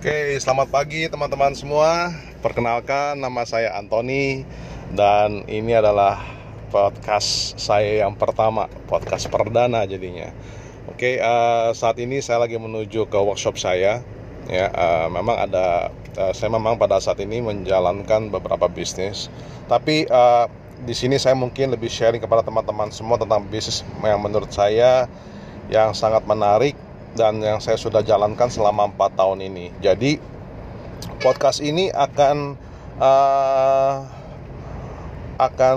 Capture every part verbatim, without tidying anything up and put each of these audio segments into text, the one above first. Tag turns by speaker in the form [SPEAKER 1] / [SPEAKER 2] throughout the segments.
[SPEAKER 1] Oke, selamat pagi teman-teman semua. Perkenalkan, nama saya Anthony dan ini adalah podcast saya yang pertama, podcast perdana jadinya. Oke, uh, saat ini saya lagi menuju ke workshop saya. Ya, uh, memang ada, uh, saya memang pada saat ini menjalankan beberapa bisnis. Tapi uh, di sini saya mungkin lebih sharing kepada teman-teman semua tentang bisnis yang menurut saya yang sangat menarik dan yang saya sudah jalankan selama empat tahun ini. Jadi podcast ini akan uh, akan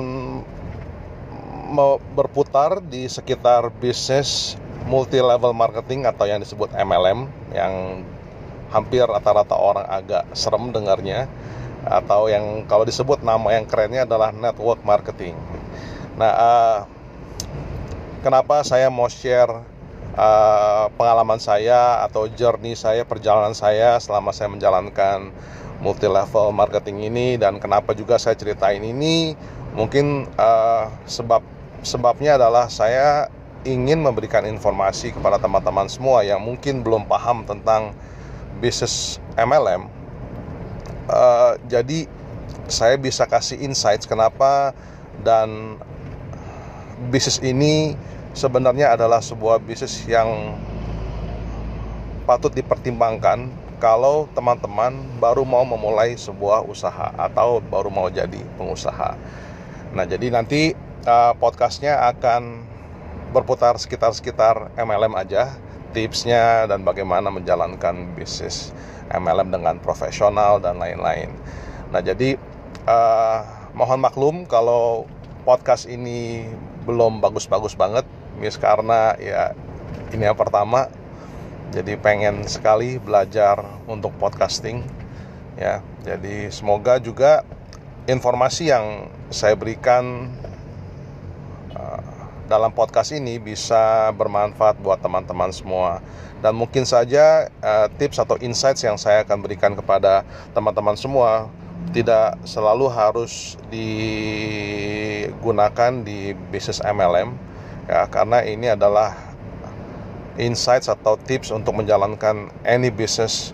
[SPEAKER 1] berputar di sekitar bisnis multi level marketing atau yang disebut M L M, yang hampir rata-rata orang agak serem dengarnya, atau yang kalau disebut nama yang kerennya adalah network marketing. Nah, uh, kenapa saya mau share Uh, pengalaman saya atau journey saya, perjalanan saya selama saya menjalankan multi level marketing ini, dan kenapa juga saya ceritain ini. Mungkin uh, sebab sebabnya adalah saya ingin memberikan informasi kepada teman-teman semua yang mungkin belum paham tentang bisnis M L M. Uh, jadi saya bisa kasih insights kenapa, dan bisnis ini sebenarnya adalah sebuah bisnis yang patut dipertimbangkan kalau teman-teman baru mau memulai sebuah usaha atau baru mau jadi pengusaha. Nah, jadi nanti uh, podcastnya akan berputar sekitar-sekitar M L M aja, tipsnya dan bagaimana menjalankan bisnis M L M dengan profesional dan lain-lain. Nah, jadi uh, mohon maklum kalau podcast ini belum bagus-bagus banget, Miss, karena ya ini yang pertama, jadi pengen sekali belajar untuk podcasting ya. Jadi semoga juga informasi yang saya berikan uh, dalam podcast ini bisa bermanfaat buat teman-teman semua, dan mungkin saja uh, tips atau insights yang saya akan berikan kepada teman-teman semua tidak selalu harus digunakan di bisnis M L M ya, karena ini adalah insights atau tips untuk menjalankan any business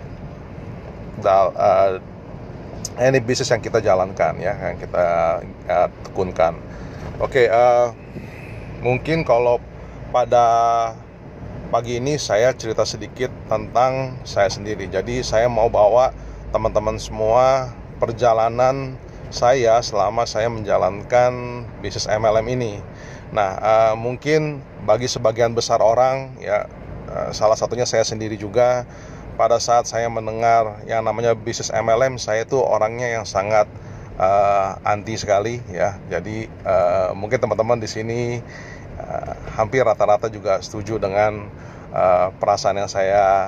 [SPEAKER 1] uh, any business yang kita jalankan ya, yang kita uh, tekunkan. Oke, okay, uh, mungkin kalau pada pagi ini saya cerita sedikit tentang saya sendiri. Jadi saya mau bawa teman-teman semua perjalanan saya selama saya menjalankan bisnis M L M ini. Nah, uh, mungkin bagi sebagian besar orang ya, uh, salah satunya saya sendiri juga, pada saat saya mendengar yang namanya bisnis M L M, saya itu orangnya yang sangat uh, anti sekali ya. Jadi uh, mungkin teman-teman di sini uh, hampir rata-rata juga setuju dengan uh, perasaan yang saya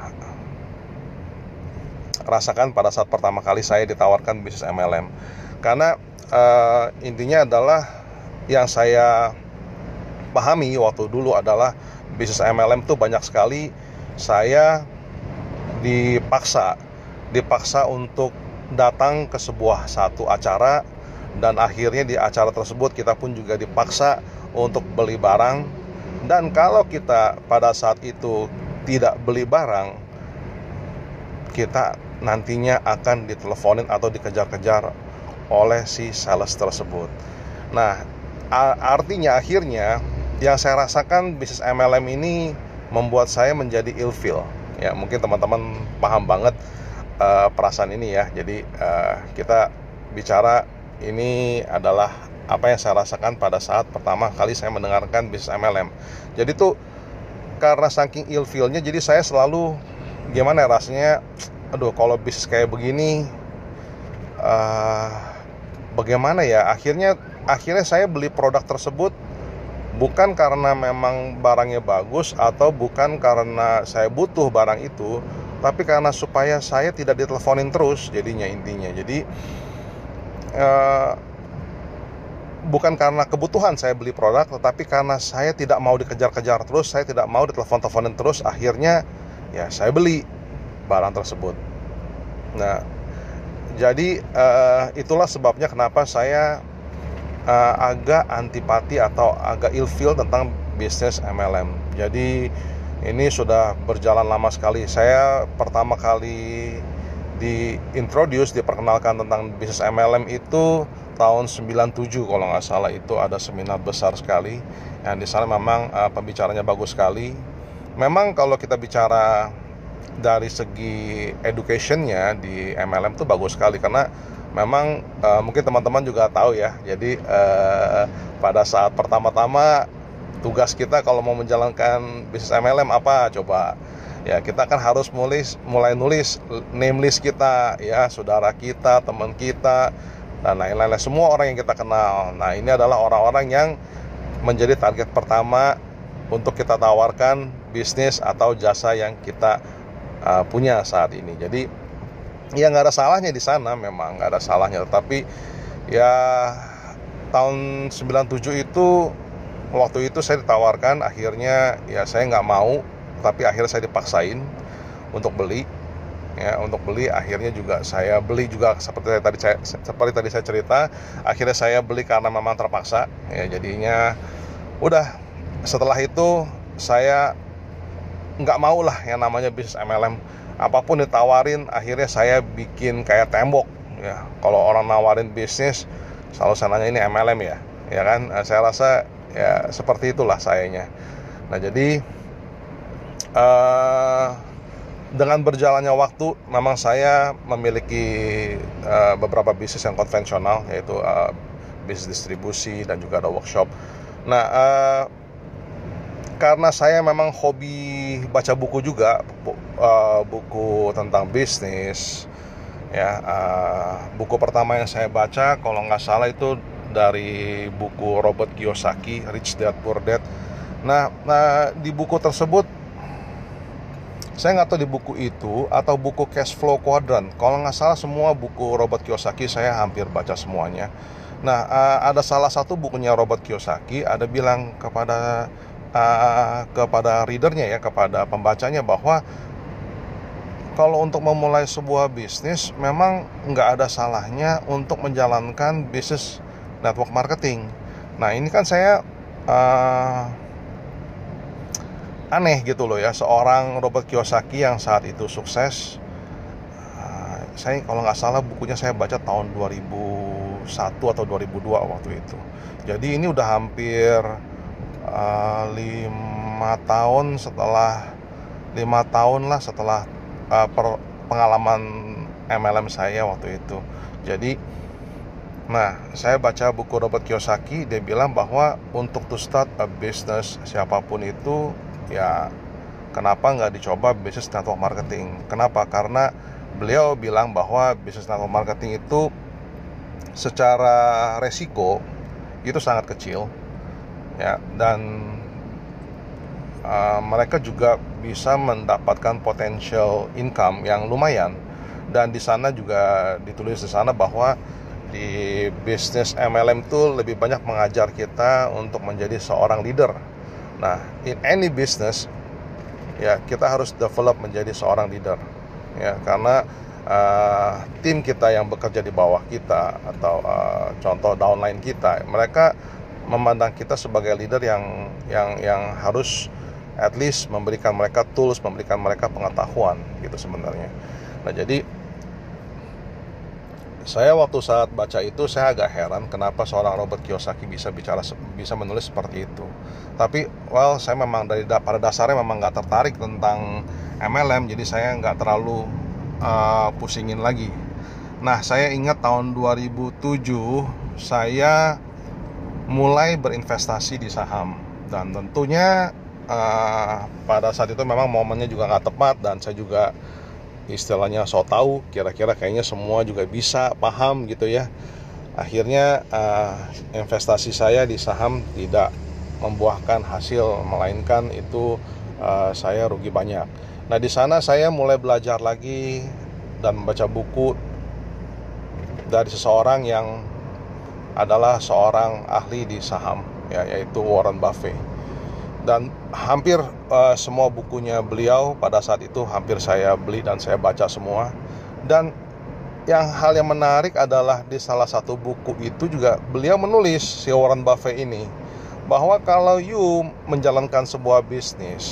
[SPEAKER 1] rasakan pada saat pertama kali saya ditawarkan bisnis M L M. Karena uh, intinya adalah yang saya pahami waktu dulu adalah bisnis M L M tuh banyak sekali saya dipaksa dipaksa untuk datang ke sebuah satu acara, dan akhirnya di acara tersebut kita pun juga dipaksa untuk beli barang, dan kalau kita pada saat itu tidak beli barang, kita nantinya akan diteleponin atau dikejar-kejar oleh si sales tersebut. Nah, artinya akhirnya yang saya rasakan bisnis M L M ini membuat saya menjadi ilfeel ya. Mungkin teman-teman paham banget uh, perasaan ini ya. Jadi uh, kita bicara ini adalah apa yang saya rasakan pada saat pertama kali saya mendengarkan bisnis M L M. Jadi tuh karena saking ilfeelnya, jadi saya selalu gimana ya rasanya, aduh kalau bisnis kayak begini uh, bagaimana ya. Akhirnya Akhirnya saya beli produk tersebut bukan karena memang barangnya bagus atau bukan karena saya butuh barang itu, tapi karena supaya saya tidak diteleponin terus jadinya intinya. Jadi eh, bukan karena kebutuhan saya beli produk, tetapi karena saya tidak mau dikejar-kejar terus, saya tidak mau ditelepon-teleponin terus, akhirnya ya saya beli barang tersebut. Nah, jadi eh, itulah sebabnya kenapa saya Uh, agak antipati atau agak ilfeel tentang bisnis M L M. Jadi Ini sudah berjalan lama sekali. Saya pertama kali di-introduce, diperkenalkan tentang bisnis M L M itu tahun sembilan tujuh kalau nggak salah. Itu ada seminar besar sekali yang di sana memang uh, pembicaranya bagus sekali. Memang kalau kita bicara dari segi educationnya di M L M itu bagus sekali, karena memang uh, mungkin teman-teman juga tahu ya. Jadi uh, pada saat pertama-tama tugas kita kalau mau menjalankan bisnis M L M apa coba? Ya kita kan harus nulis, mulai nulis name list kita, ya saudara kita, teman kita, dan lain-lain, semua orang yang kita kenal. Nah ini adalah orang-orang yang menjadi target pertama untuk kita tawarkan bisnis atau jasa yang kita uh, punya saat ini. Jadi ya nggak ada salahnya di sana, memang nggak ada salahnya. Tetapi ya tahun sembilan tujuh itu, waktu itu saya ditawarkan, akhirnya ya saya nggak mau, tapi akhirnya saya dipaksain untuk beli. Ya, untuk beli akhirnya juga saya beli juga seperti tadi saya seperti tadi saya cerita, akhirnya saya beli karena memang terpaksa. Ya, jadinya udah setelah itu saya nggak mau lah yang namanya bisnis M L M. Apapun ditawarin, akhirnya saya bikin kayak tembok. Ya, kalau orang nawarin bisnis selalu saya nanya, ini M L M ya, ya kan? Nah, saya rasa ya seperti itulah sayanya. Nah jadi uh, dengan berjalannya waktu, memang saya memiliki uh, beberapa bisnis yang konvensional, yaitu uh, bisnis distribusi dan juga ada workshop. Nah uh, karena saya memang hobi baca buku juga, buku, uh, buku tentang bisnis. Ya, uh, buku pertama yang saya baca kalau nggak salah itu dari buku Robert Kiyosaki, Rich Dad Poor Dad. Nah, nah di buku tersebut, saya nggak tahu di buku itu atau buku Cash Flow Quadrant. Kalau nggak salah semua buku Robert Kiyosaki saya hampir baca semuanya. Nah, uh, ada salah satu bukunya Robert Kiyosaki, ada bilang kepada uh, kepada readernya ya, kepada pembacanya, bahwa kalau untuk memulai sebuah bisnis memang nggak ada salahnya untuk menjalankan bisnis network marketing. Nah ini kan saya uh, aneh gitu loh ya, seorang Robert Kiyosaki yang saat itu sukses. uh, Saya kalau nggak salah bukunya saya baca tahun dua ribu satu atau dua ribu dua waktu itu. Jadi ini udah hampir uh, lima tahun setelah lima tahun lah setelah uh, per, pengalaman M L M saya waktu itu. Jadi nah, saya baca buku Robert Kiyosaki, dia bilang bahwa untuk to start a business, siapapun itu, ya kenapa nggak dicoba bisnis network marketing. Kenapa? Karena beliau bilang bahwa bisnis network marketing itu secara resiko itu sangat kecil, ya, dan uh, mereka juga bisa mendapatkan potential income yang lumayan. Dan di sana juga ditulis di sana bahwa di bisnis M L M itu lebih banyak mengajar kita untuk menjadi seorang leader. Nah, in any business ya kita harus develop menjadi seorang leader. Ya, karena uh, tim kita yang bekerja di bawah kita atau uh, contoh downline kita, mereka memandang kita sebagai leader yang yang yang harus at least memberikan mereka tools, memberikan mereka pengetahuan gitu sebenarnya. Nah, jadi saya waktu saat baca itu saya agak heran kenapa seorang Robert Kiyosaki bisa bicara bisa menulis seperti itu. Tapi well saya memang dari pada dasarnya memang nggak tertarik tentang M L M, jadi saya nggak terlalu uh, pusingin lagi. Nah saya ingat tahun dua ribu tujuh saya mulai berinvestasi di saham, dan tentunya uh, pada saat itu memang momennya juga nggak tepat, dan saya juga istilahnya so tahu, kira-kira kayaknya semua juga bisa paham gitu ya. Akhirnya uh, investasi saya di saham tidak membuahkan hasil, melainkan itu uh, saya rugi banyak. Nah di sana saya mulai belajar lagi dan membaca buku dari seseorang yang adalah seorang ahli di saham, ya, yaitu Warren Buffett. Dan hampir uh, semua bukunya beliau pada saat itu hampir saya beli dan saya baca semua. Dan yang hal yang menarik adalah di salah satu buku itu juga beliau menulis, si Warren Buffett ini, bahwa kalau you menjalankan sebuah bisnis,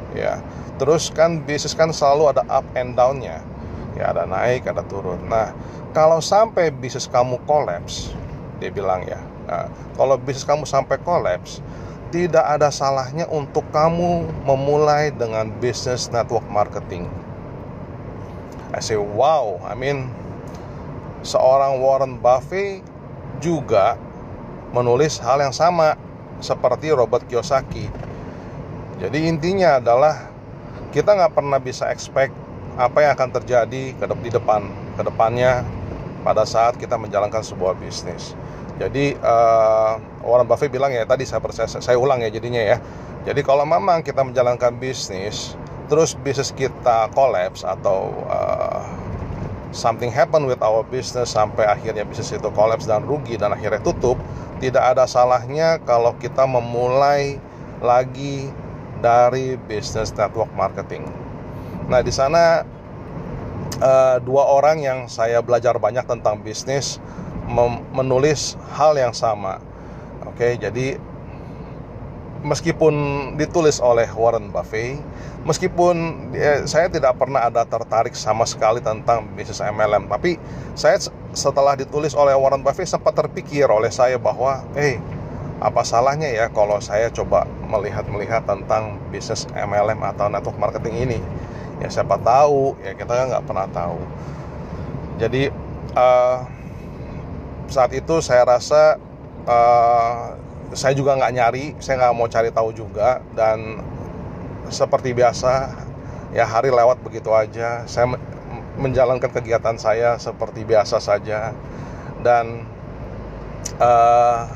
[SPEAKER 1] ya. Terus kan bisnis kan selalu ada up and down-nya, ya, ada naik ada turun. Nah, kalau sampai bisnis kamu kolaps, dia bilang ya, nah, kalau bisnis kamu sampai kolaps, tidak ada salahnya untuk kamu memulai dengan business network marketing. I say wow, I mean seorang Warren Buffett juga menulis hal yang sama seperti Robert Kiyosaki. Jadi intinya adalah kita nggak pernah bisa expect apa yang akan terjadi di depan, ke depannya pada saat kita menjalankan sebuah bisnis. Jadi uh, Warren Buffett bilang ya tadi, saya percaya, saya ulang ya jadinya ya. Jadi kalau memang kita menjalankan bisnis, terus bisnis kita collapse atau uh, something happen with our business sampai akhirnya bisnis itu collapse dan rugi dan akhirnya tutup, tidak ada salahnya kalau kita memulai lagi dari business network marketing. Nah, di sana uh, dua orang yang saya belajar banyak tentang bisnis mem- menulis hal yang sama. Oke, okay, jadi meskipun ditulis oleh Warren Buffett, meskipun ya, saya tidak pernah ada tertarik sama sekali tentang bisnis M L M, tapi saya setelah ditulis oleh Warren Buffett sempat terpikir oleh saya bahwa, eh, hey, apa salahnya ya kalau saya coba melihat-melihat tentang bisnis M L M atau network marketing ini. Ya siapa tahu, ya kita kan nggak pernah tahu. Jadi uh, saat itu saya rasa uh, saya juga nggak nyari, saya nggak mau cari tahu juga. Dan seperti biasa, ya hari lewat begitu aja. Saya menjalankan kegiatan saya seperti biasa saja. Dan uh,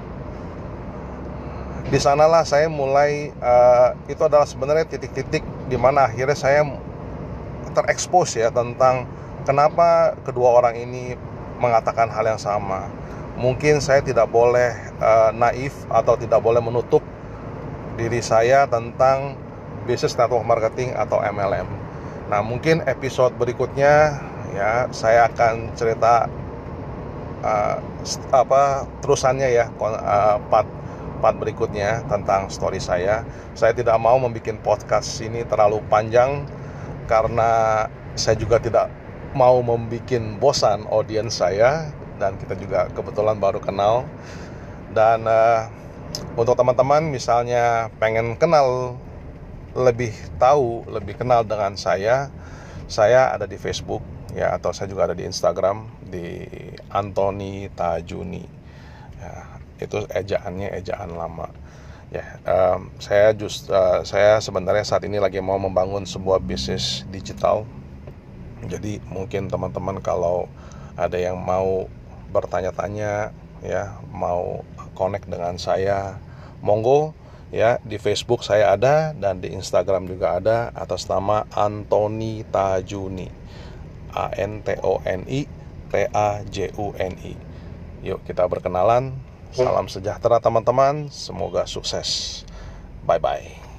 [SPEAKER 1] di sanalah saya mulai, uh, itu adalah sebenarnya titik-titik di mana akhirnya saya terekspos ya tentang kenapa kedua orang ini mengatakan hal yang sama. Mungkin saya tidak boleh uh, naif atau tidak boleh menutup diri saya tentang business network marketing atau M L M. Nah, mungkin episode berikutnya ya saya akan cerita uh, apa terusannya ya, uh, part part berikutnya tentang story saya. Saya tidak mau membuat podcast ini terlalu panjang karena saya juga tidak mau membuat bosan audiens saya, dan kita juga kebetulan baru kenal. Dan uh, untuk teman-teman misalnya pengen kenal lebih tahu, lebih kenal dengan saya, saya ada di Facebook ya, atau saya juga ada di Instagram di Anthony Tajuni. Ya, itu ejaannya ejaan lama. Ya, um, saya just uh, saya sebenarnya saat ini lagi mau membangun sebuah bisnis digital. Jadi mungkin teman-teman kalau ada yang mau bertanya-tanya ya, mau connect dengan saya, monggo ya, di Facebook saya ada dan di Instagram juga ada atas nama Anthony Tajuni. A N T O N I T A J U N I. Yuk kita berkenalan. Salam sejahtera teman-teman, semoga sukses. Bye-bye.